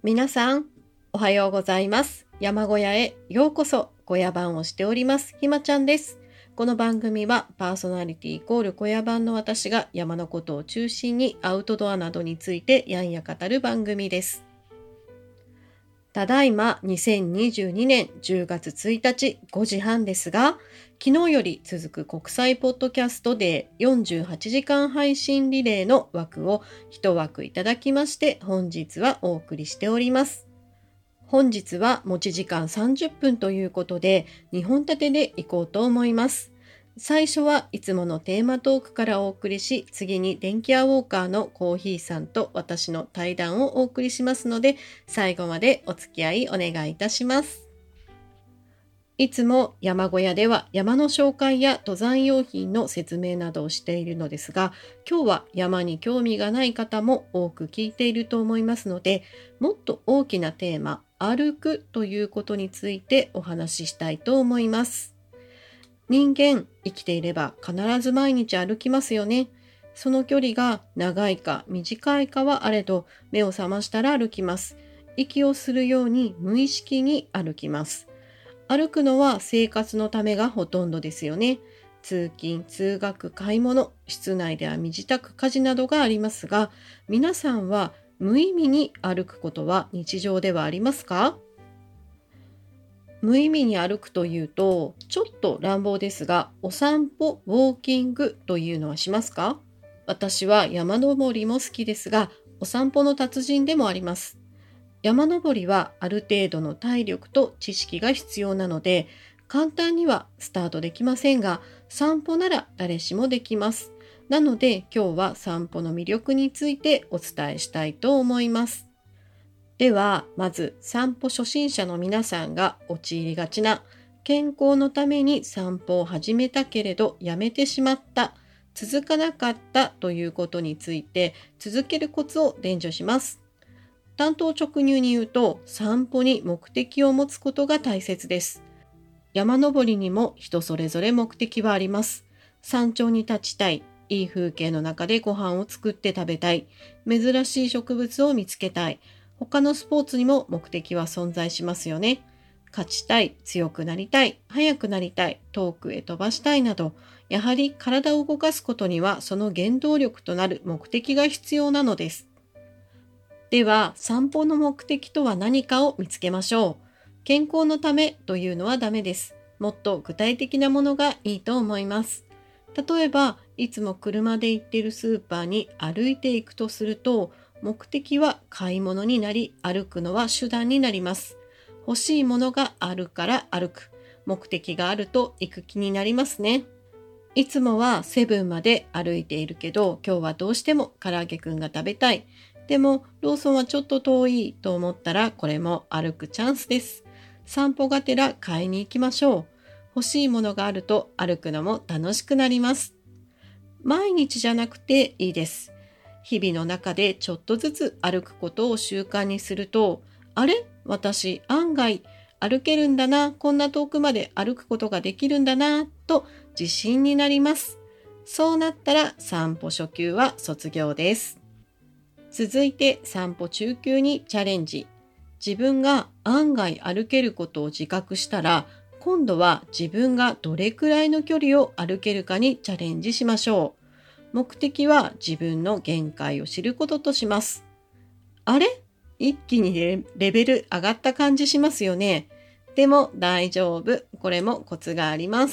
皆さん、おはようございます。山小屋へようこそ。小屋番をしております。ひまちゃんです。この番組はパーソナリティイコール小屋番の私が山のことを中心にアウトドアなどについてやんや語る番組です。ただいま2022年10月1日5時半ですが、昨日より続く国際ポッドキャストで48時間配信リレーの枠を一枠いただきまして本日はお送りしております。本日は持ち時間30分ということで2本立てでいこうと思います。最初はいつものテーマトークからお送りし、次に電気屋ウォーカーのコーヒーさんと私の対談をお送りしますので、最後までお付き合いお願いいたします。いつも山小屋では山の紹介や登山用品の説明などをしているのですが、今日は山に興味がない方も多く聞いていると思いますので、もっと大きなテーマ、歩くということについてお話ししたいと思います。人間生きていれば必ず毎日歩きますよね。その距離が長いか短いかはあれど、目を覚ましたら歩きます。息をするように無意識に歩きます。歩くのは生活のためがほとんどですよね。通勤、通学、買い物、室内では身支度、家事などがありますが、皆さんは無意味に歩くことは日常ではありますか？無意味に歩くというと、ちょっと乱暴ですが、お散歩、ウォーキングというのはしますか？私は山登りも好きですが、お散歩の達人でもあります。山登りはある程度の体力と知識が必要なので、簡単にはスタートできませんが、散歩なら誰しもできます。なので今日は散歩の魅力についてお伝えしたいと思います。では、まず散歩初心者の皆さんが陥りがちな、健康のために散歩を始めたけれどやめてしまった、続かなかったということについて続けるコツを伝授します。単刀直入に言うと、散歩に目的を持つことが大切です。山登りにも人それぞれ目的はあります。山頂に立ちたい、いい風景の中でご飯を作って食べたい、珍しい植物を見つけたい、他のスポーツにも目的は存在しますよね。勝ちたい、強くなりたい、速くなりたい、遠くへ飛ばしたいなど、やはり体を動かすことにはその原動力となる目的が必要なのです。では、散歩の目的とは何かを見つけましょう。健康のためというのはダメです。もっと具体的なものがいいと思います。例えば、いつも車で行っているスーパーに歩いていくとすると、目的は買い物になり、歩くのは手段になります。欲しいものがあるから歩く。目的があると行く気になりますね。いつもはセブンまで歩いているけど、今日はどうしても唐揚げくんが食べたい。でもローソンはちょっと遠いと思ったら、これも歩くチャンスです。散歩がてら買いに行きましょう。欲しいものがあると歩くのも楽しくなります。毎日じゃなくていいです。日々の中でちょっとずつ歩くことを習慣にすると、あれ？私案外歩けるんだな、こんな遠くまで歩くことができるんだな、と自信になります。そうなったら散歩初級は卒業です。続いて散歩中級にチャレンジ。自分が案外歩けることを自覚したら、今度は自分がどれくらいの距離を歩けるかにチャレンジしましょう。目的は自分の限界を知ることとします。あれ？一気にレベル上がった感じしますよね。でも大丈夫。これもコツがあります。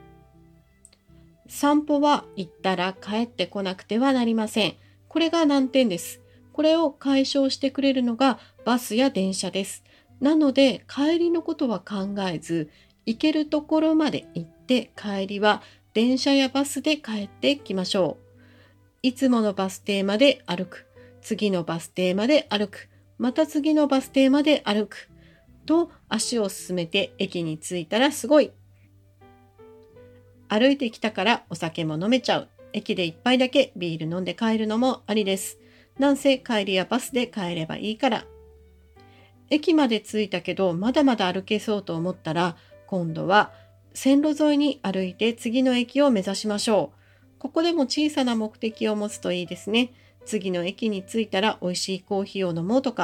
散歩は行ったら帰ってこなくてはなりません。これが難点です。これを解消してくれるのがバスや電車です。なので帰りのことは考えず、行けるところまで行って帰りは電車やバスで帰ってきましょう。いつものバス停まで歩く。次のバス停まで歩く。また次のバス停まで歩く。と足を進めて駅に着いたらすごい。歩いてきたからお酒も飲めちゃう。駅で一杯だけビール飲んで帰るのもありです。なんせ帰りやバスで帰ればいいから。駅まで着いたけどまだまだ歩けそうと思ったら、今度は線路沿いに歩いて次の駅を目指しましょう。ここでも小さな目的を持つといいですね。次の駅に着いたら美味しいコーヒーを飲もうとか、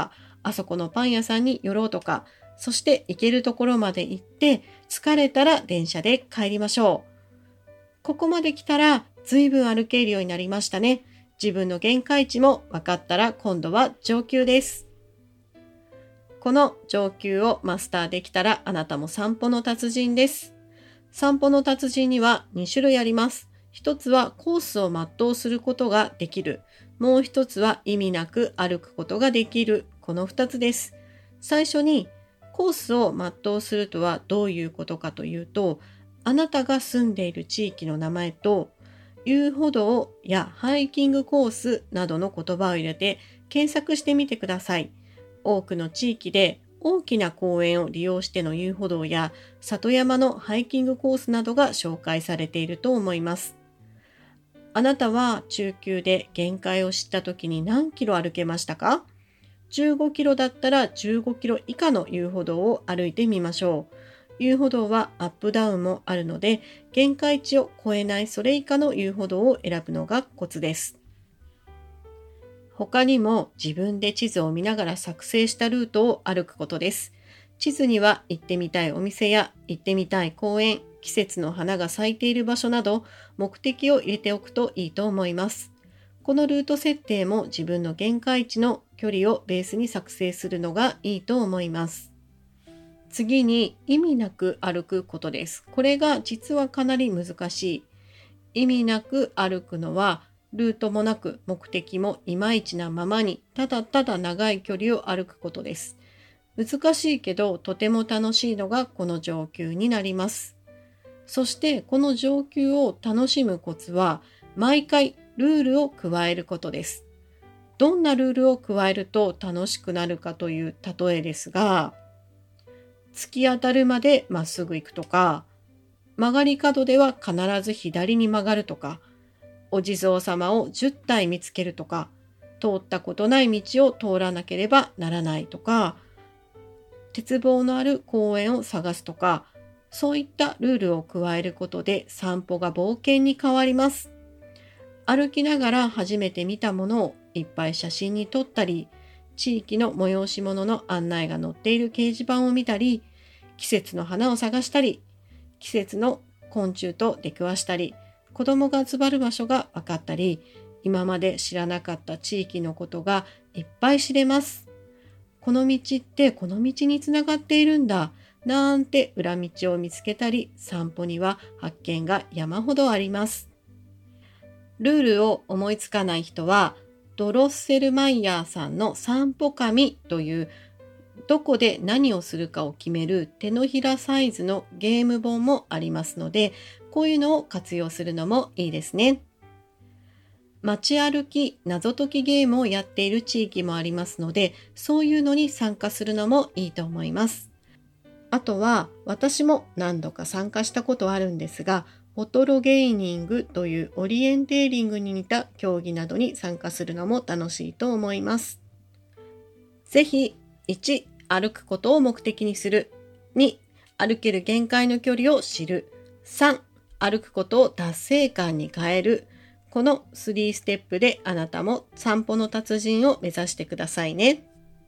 あそこのパン屋さんに寄ろうとか、そして行けるところまで行って疲れたら電車で帰りましょう。ここまで来たら随分歩けるようになりましたね。自分の限界値も分かったら今度は上級です。この上級をマスターできたらあなたも散歩の達人です。散歩の達人には2種類あります。一つはコースを全うすることができる。もう一つは意味なく歩くことができる。この2つです。最初にコースを全うするとはどういうことかというと、あなたが住んでいる地域の名前と遊歩道やハイキングコースなどの言葉を入れて検索してみてください。多くの地域で大きな公園を利用しての遊歩道や里山のハイキングコースなどが紹介されていると思います。あなたは中級で限界を知った時に何キロ歩けましたか？15キロだったら15キロ以下の遊歩道を歩いてみましょう。遊歩道はアップダウンもあるので、限界値を超えないそれ以下の遊歩道を選ぶのがコツです。他にも自分で地図を見ながら作成したルートを歩くことです。地図には行ってみたいお店や行ってみたい公園、季節の花が咲いている場所など目的を入れておくといいと思います。このルート設定も自分の限界値の距離をベースに作成するのがいいと思います。次に意味なく歩くことです。これが実はかなり難しい。意味なく歩くのはルートもなく目的もいまいちなままにただただ長い距離を歩くことです。難しいけどとても楽しいのがこの上級になります。そしてこの上級を楽しむコツは毎回ルールを加えることです。どんなルールを加えると楽しくなるかという例えですが、突き当たるまでまっすぐ行くとか、曲がり角では必ず左に曲がるとか、お地蔵様を10体見つけるとか、通ったことない道を通らなければならないとか、鉄棒のある公園を探すとか、そういったルールを加えることで散歩が冒険に変わります。歩きながら初めて見たものをいっぱい写真に撮ったり、地域の催し物の案内が載っている掲示板を見たり、季節の花を探したり、季節の昆虫と出くわしたり、子供が集まる場所が分かったり、今まで知らなかった地域のことがいっぱい知れます。この道ってこの道につながっているんだ、なんて裏道を見つけたり、散歩には発見が山ほどあります。ルールを思いつかない人は、ドロッセルマイヤーさんの散歩紙というどこで何をするかを決める手のひらサイズのゲーム本もありますので、こういうのを活用するのもいいですね。街歩き謎解きゲームをやっている地域もありますので、そういうのに参加するのもいいと思います。あとは私も何度か参加したことあるんですが、フォトロゲーニングというオリエンテーリングに似た競技などに参加するのも楽しいと思います。ぜひ1、歩くことを目的にする。2、歩ける限界の距離を知る。3、歩くことを達成感に変える。この3ステップであなたも散歩の達人を目指してくださいね。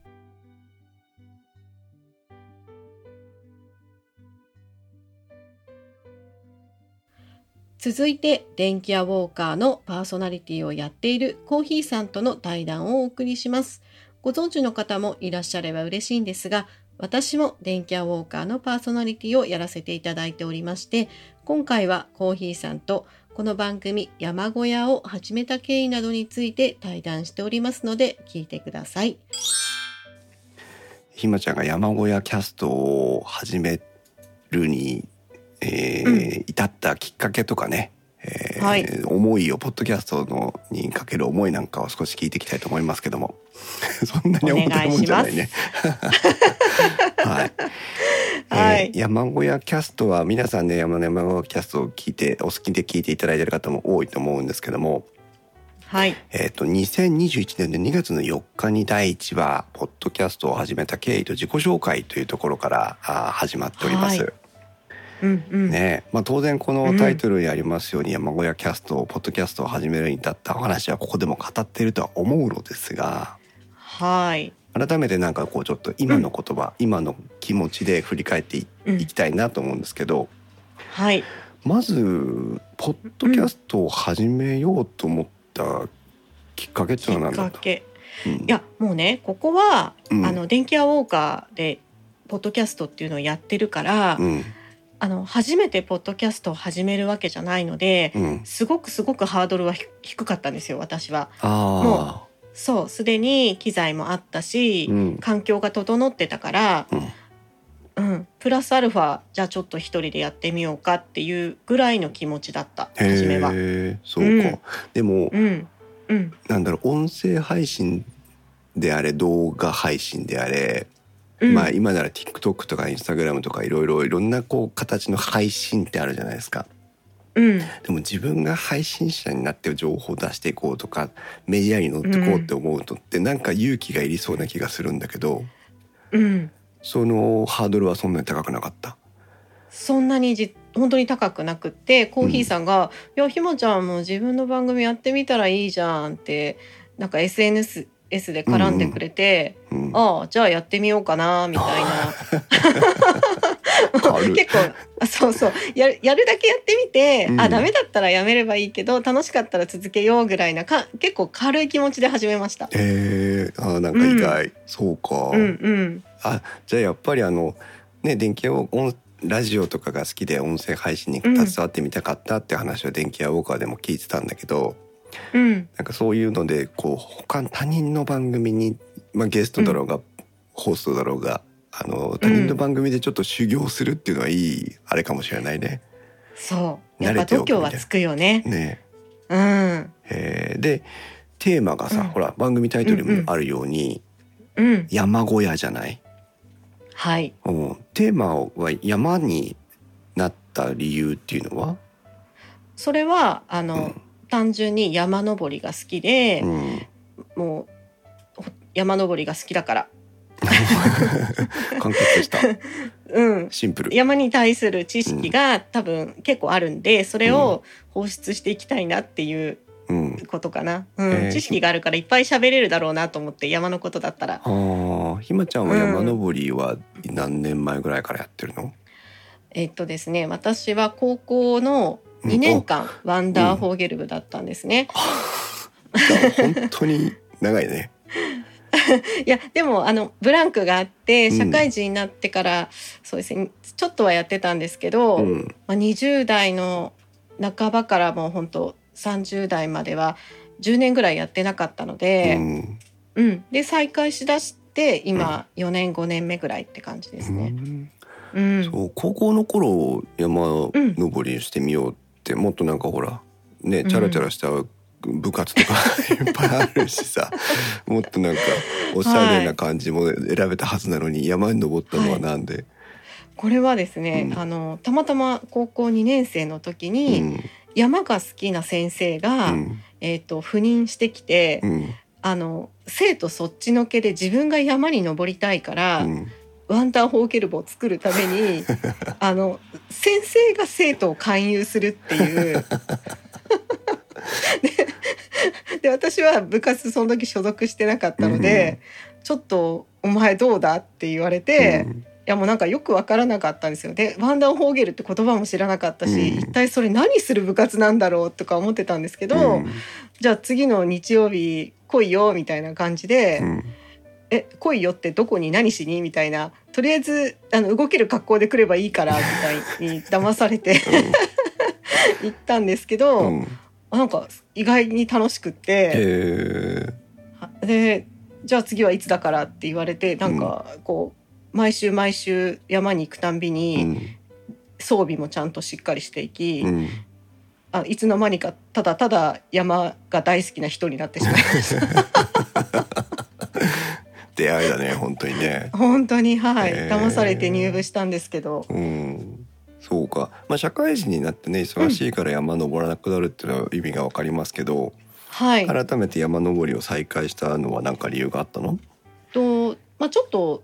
続いて電気屋ウォーカーのパーソナリティをやっているコーヒーさんとの対談をお送りします。ご存知の方もいらっしゃれば嬉しいんですが、私も電気屋ウォーカーのパーソナリティをやらせていただいておりまして、今回はコーヒーさんとこの番組山小屋を始めた経緯などについて対談しておりますので聞いてください。 ひまちゃんが山小屋キャストを始めるに、至ったきっかけとかね、はい、思いをポッドキャストにかける思いなんかを少し聞いていきたいと思いますけどもそんなに重たいもんじゃないねはいはい、山小屋キャストは皆さんね、山小屋キャストを聞いてお好きで聞いていただいている方も多いと思うんですけども、 はい、 2021年の2月の4日に第1話ポッドキャストを始めた経緯と自己紹介というところから始まっております、はい、ね、当然このタイトルにありますように、山小屋キャストポッドキャストを始めるに至ったお話はここでも語っているとは思うのですが、 はい。 改めてなんかこうちょっと今の言葉、今の気持ちで振り返っていきたいなと思うんですけど、 はい。 まずポッドキャストを始めようと思ったきっかけっていうのは何だった？いやもうね、ここは、電気屋ウォーカーでポッドキャストっていうのをやってるから、初めてポッドキャストを始めるわけじゃないので、すごくハードルは低かったんですよ、私は。もうそうすでに機材もあったし、環境が整ってたから、プラスアルファじゃあちょっと一人でやってみようかっていうぐらいの気持ちだった、初めは。 そうか、でも、なんだろう、音声配信であれ動画配信であれ、まあ今なら TikTok とか Instagram とかいろんなこう形の配信ってあるじゃないですか。でも自分が配信者になって情報を出していこうとかメディアに乗っていこうって思うとってなんか勇気がいりそうな気がするんだけど、そのハードルはそんなに高くなかった？ そんなに本当に高くなくって、コーヒーさんがいやひまちゃんも自分の番組やってみたらいいじゃんってなんか SNSで絡んでくれて、ああじゃあやってみようかなみたいな結構そうやるだけやってみて、ダメだったらやめればいいけど楽しかったら続けようぐらいな結構軽い気持ちで始めました。 なんか意外、そうか、じゃあやっぱり電気屋ラジオとかが好きで音声配信に携わってみたかったって話を電気屋ウォーカーでも聞いてたんだけど、なんかそういうのでこう他人の番組に、ゲストだろうが、ホストだろうが他人の番組でちょっと修行するっていうのはいいあれかもしれないね。 そうやっぱ度胸はつくよね。 でテーマがさ、ほら番組タイトルにもあるように、山小屋じゃない？ はい。 テーマは山になった理由っていうのは？ それは単純に山登りが好きで、もう山登りが好きだから完結した。シンプル。 山に対する知識が多分結構あるんで、それを放出していきたいなっていうことかな。知識があるからいっぱい喋れるだろうなと思って、山のことだったら。 ひまちゃんは山登りは何年前ぐらいからやってるの？ ですね、私は高校の2年間ワンダーフォーゲル部だったんですね。 本当に長いね。 いやでもブランクがあって社会人になってから、そうですね、ちょっとはやってたんですけど、20代の半ばからもう本当30代までは10年ぐらいやってなかったので、で再開しだして今4年5年目ぐらいって感じですね。 そう高校の頃山登りしてみようって、もっとなんかほらねチャラチャラした部活とかいっぱいあるしさもっとなんかおしゃれな感じも選べたはずなのに、山に登ったのはなんで？ これはですね、たまたま高校2年生の時に、山が好きな先生が、赴任してきて、生徒そっちのけで自分が山に登りたいから、ワンダーフォーゲル部を作るために先生が生徒を勧誘するっていうで私は部活その時所属してなかったので、ちょっとお前どうだって言われて、いやもうなんかよく分からなかったんですよ。でワンダーフォーゲルって言葉も知らなかったし、一体それ何する部活なんだろうとか思ってたんですけど、じゃあ次の日曜日来いよみたいな感じで、来いよってどこに何しにみたいな、とりあえず動ける格好で来ればいいからみたいに騙されて行ったんですけど、なんか意外に楽しくって、でじゃあ次はいつだからって言われて、なんかこう毎週山に行くたんびに装備もちゃんとしっかりしていき、いつの間にかただ山が大好きな人になってしまいました出会いだね本当にね。 本当に騙されて入部したんですけど、 そうか、社会人になってね忙しいから山登らなくなるっていうのは意味が分かりますけど、改めて山登りを再開したのは何か理由があったの？ちょっと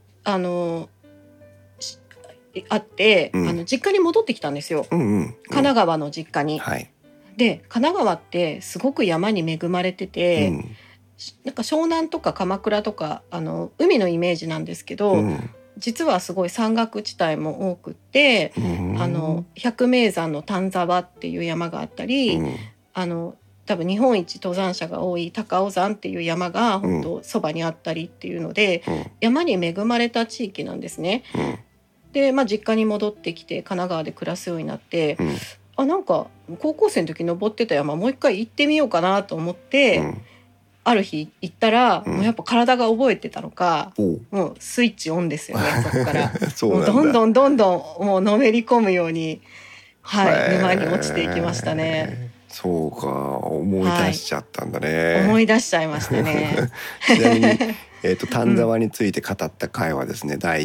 あって、実家に戻ってきたんですよ、神奈川の実家に。で神奈川ってすごく山に恵まれてて、 なんか湘南とか鎌倉とか海のイメージなんですけど、 うん、 実はすごい山岳地帯も多くて、百名山の丹沢っていう山があったり、 うん、 多分日本一登山者が多い高尾山っていう山が本当そばにあったりっていうので、 うん、 山に恵まれた地域なんですね。 うん、 で、実家に戻ってきて神奈川で暮らすようになって、なんか高校生の時登ってた山もう一回行ってみようかなと思って、ある日行ったら、もうやっぱ体が覚えてたのか、もうスイッチオンですよね。そこからもうどんどんどんどんもうのめり込むように、沼に落ちていきましたね。 そうか、思い出しちゃったんだね。 思い出しちゃいましたね。 ちなみに、丹沢について語った回はですね、第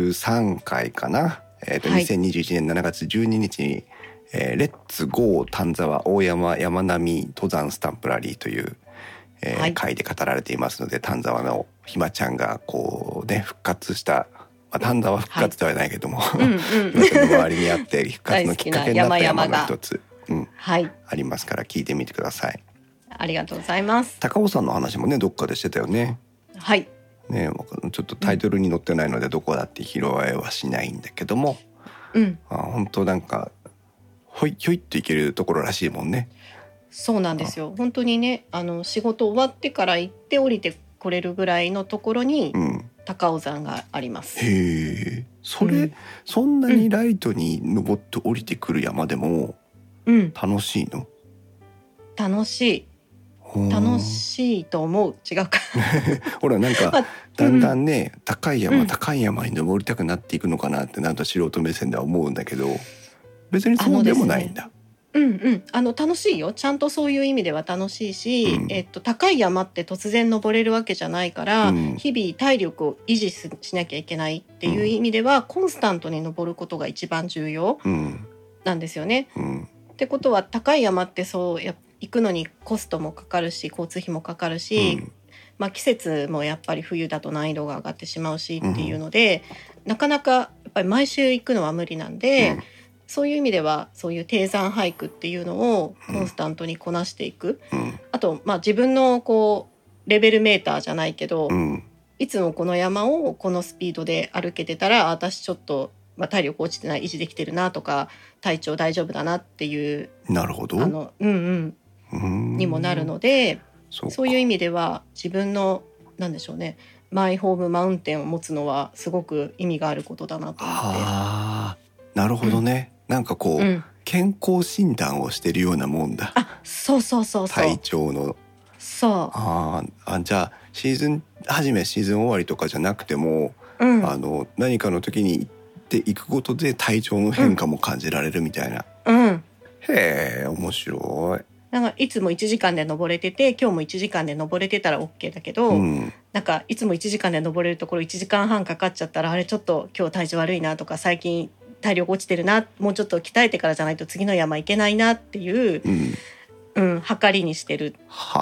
13回かな。2021年7月12日に、レッツゴー丹沢大山山並み登山スタンプラリーという、回で語られていますので、丹沢のひまちゃんがこうね復活した、丹沢復活ではないけども、ひまちゃんの周りにあって復活のきっかけになった山の一つ、ありますから聞いてみてください。 ありがとうございます。 高尾山の話もねどっかでしてたよね。 はいね、ちょっとタイトルに載ってないのでどこだって拾えはしないんだけども、本当なんかひょいっと行けるところらしいもんね。 そうなんですよ。本当にね、仕事終わってから行って降りてこれるぐらいのところに、高尾山があります。 へえ、そんなにライトに登って降りてくる山でも楽しいの？楽しいと思う。違うかほらなんかだんだんね、高い山に登りたくなっていくのかなってなんと素人目線では思うんだけど、別にそうでもないんだ。 楽しいよ。ちゃんとそういう意味では楽しいし、高い山って突然登れるわけじゃないから、日々体力を維持しなきゃいけないっていう意味では、コンスタントに登ることが一番重要なんですよね。ってことは高い山って行くのにコストもかかるし交通費もかかるし、季節もやっぱり冬だと難易度が上がってしまうしっていうので、なかなかやっぱり毎週行くのは無理なんで、そういう意味ではそういう低山俳句っていうのをコンスタントにこなしていく、あと自分のこうレベルメーターじゃないけど、いつもこの山をこのスピードで歩けてたら私ちょっと、体力落ちてない、維持できてるなとか体調大丈夫だなっていう、 なるほど、 にもなるので、そういう意味では自分のなんでしょうね、マイホームマウンテンを持つのはすごく意味があることだなと思って。 なるほどね、なんかこう、健康診断をしてるようなもんだ。 そう体調の。じゃあシーズン始めシーズン終わりとかじゃなくても、何かの時に行っていくことで体調の変化も感じられるみたいな。へえ、面白い。 なんかいつも1時間で登れてて今日も1時間で登れてたら OK だけど、なんかいつも1時間で登れるところ1時間半かかっちゃったら、あれちょっと今日体調悪いなとか最近体力落ちてるな、もうちょっと鍛えてからじゃないと次の山行けないなっていう、測りにしてる。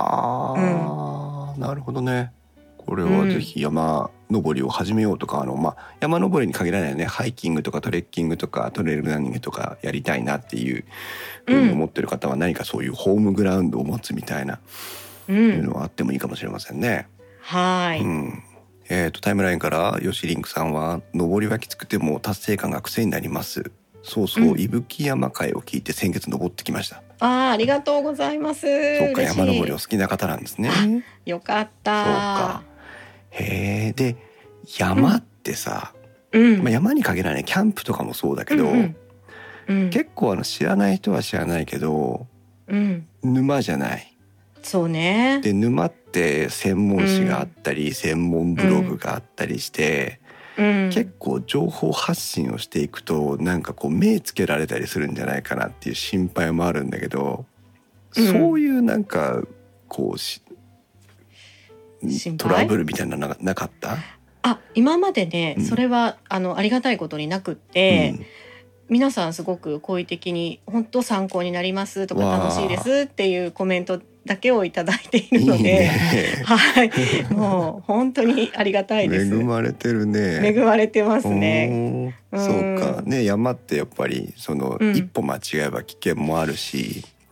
なるほどね。これはぜひ山登りを始めようとか、山登りに限らないね、ハイキングとかトレッキングとかトレイルランニングとかやりたいなっていうふうに思ってる方は、何かそういうホームグラウンドを持つみたいな、いうのはあってもいいかもしれませんね。タイムラインからヨシリンクさんは、登りはきつくても達成感が癖になります。そうそう、伊吹山会を聞いて先月登ってきました。 ありがとうございます。 そうか、山登りお好きな方なんですね。 よかった。 そうか。へえ。で、山ってさ、山に限らないキャンプとかもそうだけど、結構知らない人は知らないけど、沼じゃない。 そうね。 で、沼って専門誌があったり、専門ブログがあったりして、結構情報発信をしていくとなんかこう目つけられたりするんじゃないかなっていう心配もあるんだけど、そういうなんかこうトラブルみたいなのなかった？ 今までね、それはありがたいことになくって、皆さんすごく好意的に本当参考になりますとか楽しいですっていうコメントだけをいただいているので、もう本当にありがたいです。 恵まれてるね。 恵まれてますね。 そうかね、山ってやっぱりその、一歩間違えば危険もあるし、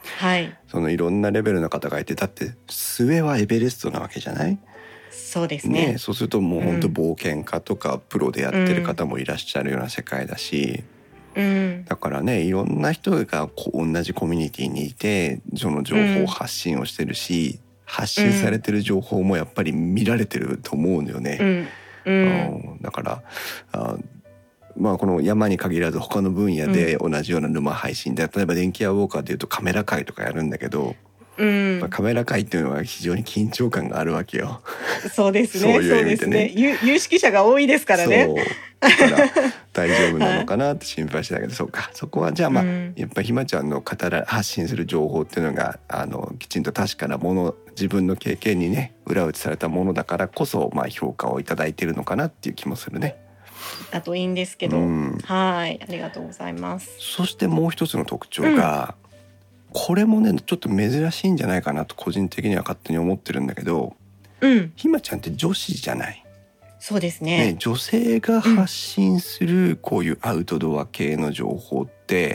はい、 そのいろんなレベルの方がいて、だって末はエベレストなわけじゃない。 そうですね。 そうするともう本当冒険家とかプロでやってる方もいらっしゃるような世界だし、だからね、いろんな人が同じコミュニティにいてその情報発信をしてるし、発信されてる情報もやっぱり見られてると思うんだよね。だからまあこの山に限らず他の分野で同じような沼配信で、例えば電気屋ウォーカーでいうとカメラ界とかやるんだけど、カメラ界っていうのは非常に緊張感があるわけよ。 そうですね。そういう意味でね。有識者が多いですからね。 そうだから大丈夫なのかなって心配してたけど、そうか、そこはじゃあまあ、やっぱりひまちゃんの発信する情報っていうのがきちんと確かなもの、自分の経験にね裏打ちされたものだからこそ、まあ評価をいただいているのかなっていう気もするね。 だといいんですけど、はい、ありがとうございます。 そしてもう一つの特徴が、これもねちょっと珍しいんじゃないかなと個人的には勝手に思ってるんだけど、ひまちゃんって女子じゃない。 そうですね。 女性が発信するこういうアウトドア系の情報って、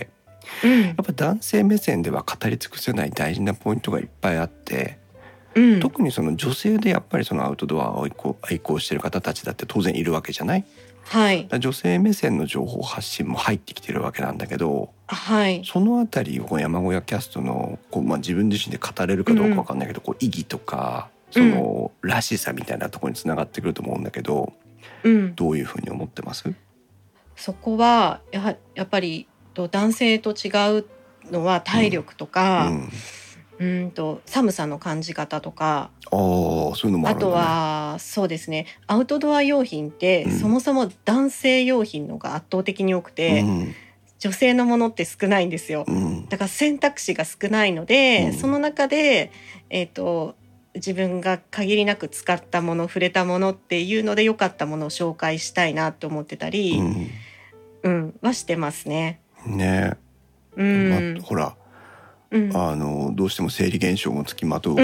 やっぱ男性目線では語り尽くせない大事なポイントがいっぱいあって、特にその女性でやっぱりそのアウトドアを愛好してる方たちだって当然いるわけじゃない。 はい、 女性目線の情報発信も入ってきてるわけなんだけど、 はい、 そのあたりを山小屋キャストの自分自身で語れるかどうか分かんないけど、意義とかそのらしさみたいなところにつながってくると思うんだけど、どういうふうに思ってます？ そこはやっぱり男性と違うのは体力とか、寒さの感じ方とか、 そういうのもあるんだね。 あとはそうですね、アウトドア用品って、そもそも男性用品のが圧倒的に多くて、女性のものって少ないんですよ。だから選択肢が少ないので、その中で自分が限りなく使ったもの、触れたものっていうので良かったものを紹介したいなと思ってたり、はしてますね。 ねえ、ほら、どうしても生理現象もつきまとうから、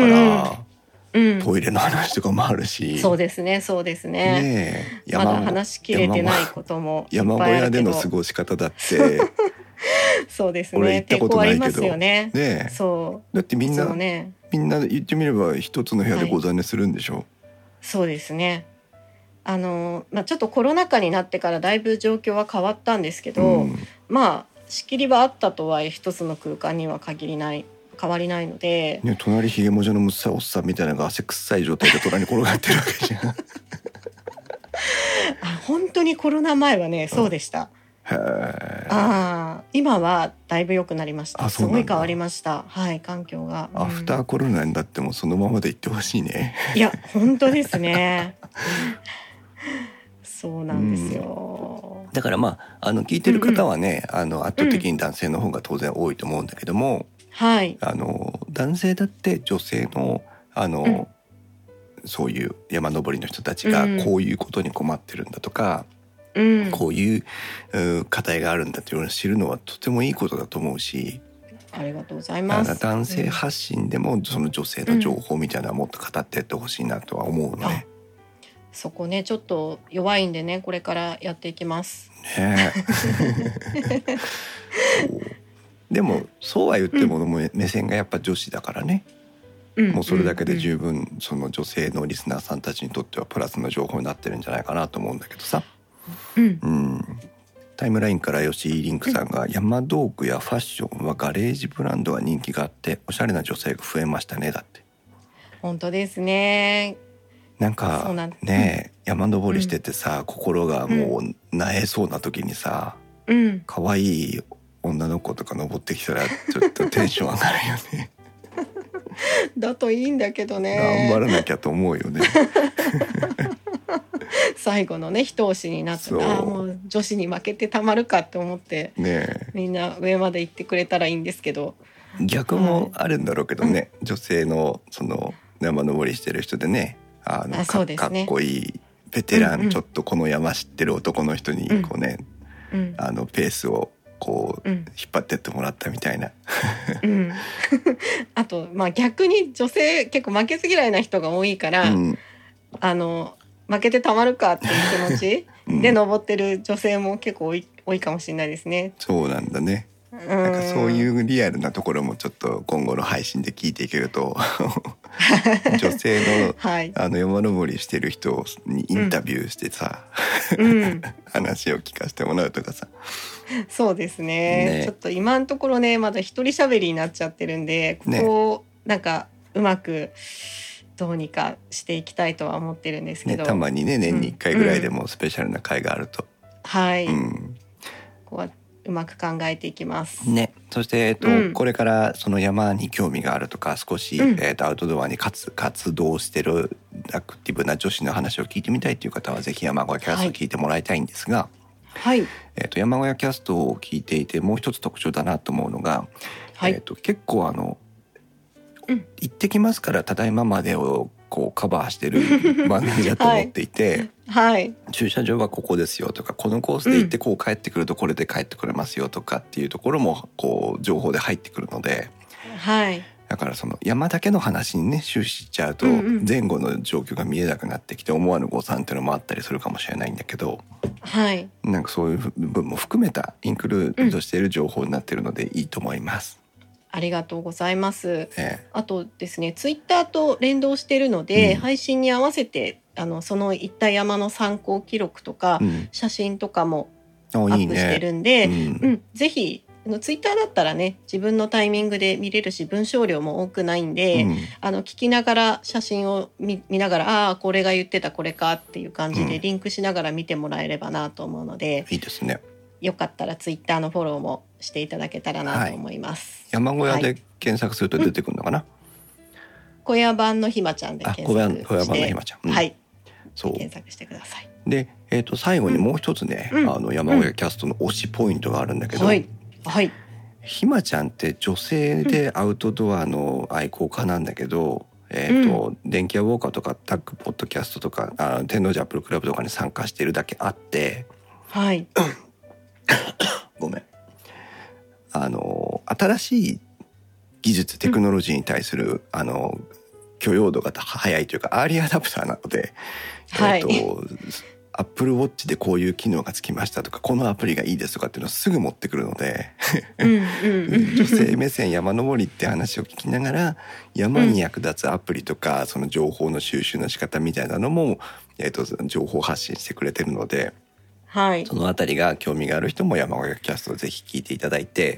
トイレの話とかもあるし、 そうですね、そうですね。まだ話しきれてないこともいっぱいあるけど、 山小屋での過ごし方だってそうですね、 俺行ったことないけど、 抵抗ありますよね。 そうだってみんな言ってみれば一つの部屋でござ寝するんでしょ。 そうですね。ちょっとコロナ禍になってからだいぶ状況は変わったんですけど、仕切りはあったとはいえ一つの空間には変わりないので、 隣ひげもじゃのむっさいおっさんみたいなのが汗臭い状態で隣に転がってるわけじゃん本当にコロナ前はね、そうでした。今はだいぶ良くなりました。すごい変わりました。はい、環境が。 アフターコロナになってもそのままでいってほしいね。 いや本当ですね。そうなんですよ。 だから聞いてる方はね、圧倒的に男性の方が当然多いと思うんだけども、男性だって女性のそういう山登りの人たちがこういうことに困ってるんだとか、こういう課題があるんだというのを知るのはとてもいいことだと思うし、 ありがとうございます。 男性発信でもその女性の情報みたいなのはもっと語っていってほしいなとは思うのね。 そこね、ちょっと弱いんでね、これからやっていきますでもそうは言っても、目線がやっぱ女子だからね、もうそれだけで十分その女性のリスナーさんたちにとってはプラスの情報になってるんじゃないかなと思うんだけどさ、タイムラインから吉井リンクさんが、山道具やファッションはガレージブランドは人気があっておしゃれな女性が増えましたね。だって本当ですね。 なんかね、山登りしててさ、心がもうなえそうな時にさ、可愛い女の子とか登ってきたらちょっとテンション上がるよねだといいんだけどね、 頑張らなきゃと思うよね最後のね一押しになって、もう女子に負けてたまるかって思って、みんな上まで行ってくれたらいいんですけど、 逆もあるんだろうけどね、女性のその山登りしてる人でね、かっこいいベテラン、ちょっとこの山知ってる男の人にこうね、ペースをこう引っ張ってってもらったみたいなあと逆に女性結構負けず嫌いな人が多いから、負けてたまるかっていう気持ちで登ってる女性も結構多いかもしれないですね。 そうなんだね。 なんかそういうリアルなところもちょっと今後の配信で聞いていけると女性の、 はい、 山登りしてる人にインタビューしてさ、話を聞かせてもらうとかさ。 そうですね。ちょっと今のところねまだ一人喋りになっちゃってるんで、ここをなんかうまくどうにかしていきたいとは思ってるんですけど、 たまにね年に1回ぐらいでもスペシャルな回があると、 はい、ここはうまく考えていきますね。そして、これからその山に興味があるとか少し、アウトドアに活動してるアクティブな女子の話を聞いてみたいという方はぜひ山小屋キャストを聞いてもらいたいんですが、 はい、 山小屋キャストを聞いていてもう一つ特徴だなと思うのが、結構行ってきますからただいままでをこうカバーしてる番組だと思っていて、駐車場はここですよとかこのコースで行ってこう帰ってくるとこれで帰ってくれますよとかっていうところもこう情報で入ってくるので、だからその山だけの話にね終始しちゃうと前後の状況が見えなくなってきて思わぬ誤算っていうのもあったりするかもしれないんだけど、なんかそういう部分も含めたインクルードしている情報になっているのでいいと思います。 ありがとうございます。あとですね、ツイッターと連動しているので、配信に合わせてその行った山の参考記録とか、写真とかもアップしてるんで、ぜひツイッターだったらね自分のタイミングで見れるし文章量も多くないんで、聞きながら写真を 見ながらこれが言ってたこれかっていう感じでリンクしながら見てもらえればなと思うので、 いいですね。 よかったらツイッターのフォローもしていただけたらなと思います。 山小屋で検索すると出てくるのかな。 小屋版のひまちゃんで検索して、 小屋版のひまちゃん、 そう検索してください。 で、最後にもう一つね、山小屋キャストの推しポイントがあるんだけど、ひまちゃんって女性でアウトドアの愛好家なんだけど、電気屋ウォーカーとかタッグポッドキャストとか天王寺アップルクラブとかに参加しているだけあって、ごめん、新しい技術テクノロジーに対する、許容度が早いというかアーリーアダプターなので、アップルウォッチでこういう機能がつきましたとかこのアプリがいいですとかっていうのをすぐ持ってくるので女性目線山登りって話を聞きながら山に役立つアプリとかその情報の収集の仕方みたいなのも、情報発信してくれてるので、そのあたりが興味がある人も山小屋キャストをぜひ聞いていただいて、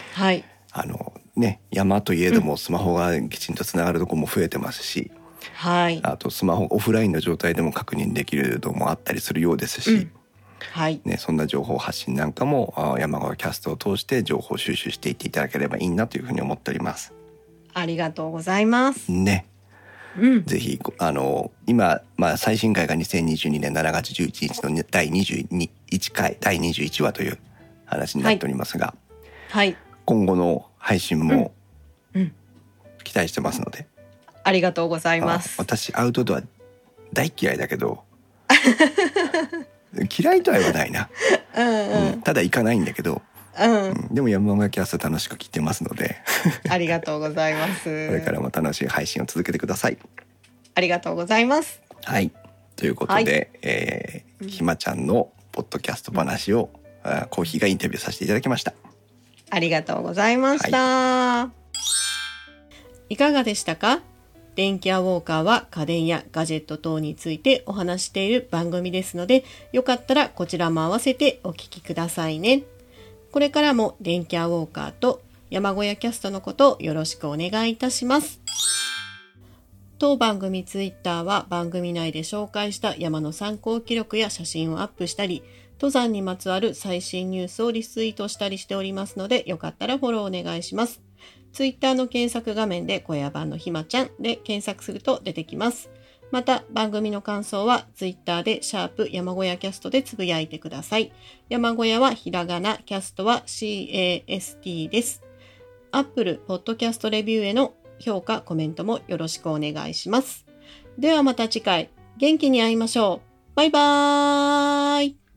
山といえどもスマホがきちんとつながるところも増えてますし、あとスマホオフラインの状態でも確認できるのもあったりするようですし、そんな情報発信なんかも山小屋キャストを通して情報収集していっていただければいいなというふうに思っております。 ありがとうございますね。ぜひ今、最新回が2022年7月11日の第21回第21話という話になっておりますが、今後の配信も期待してますので、 ありがとうございます。 私アウトドア大嫌いだけど嫌いとは言わないなただ行かないんだけど、でも山小屋キャスト楽しく聞いてますのでありがとうございますこれからも楽しい配信を続けてください。 ありがとうございます。 ということで、ひまちゃんのポッドキャスト話をコーヒーがインタビューさせていただきました。 ありがとうございました。いかがでしたか？電気屋ウォーカーは家電やガジェット等についてお話している番組ですので、よかったらこちらも合わせてお聞きくださいね。これからも電気屋ウォーカーと山小屋キャストのことをよろしくお願いいたします。当番組ツイッターは番組内で紹介した山の参考記録や写真をアップしたり、登山にまつわる最新ニュースをリツイートしたりしておりますので、よかったらフォローお願いします。ツイッターの検索画面で小屋版のひまちゃんで検索すると出てきます。また番組の感想はツイッターで#山小屋キャストでつぶやいてください。山小屋はひらがな、キャストは CAST です。Apple Podcast レビューへの評価、コメントもよろしくお願いします。ではまた次回元気に会いましょう。バイバーイ。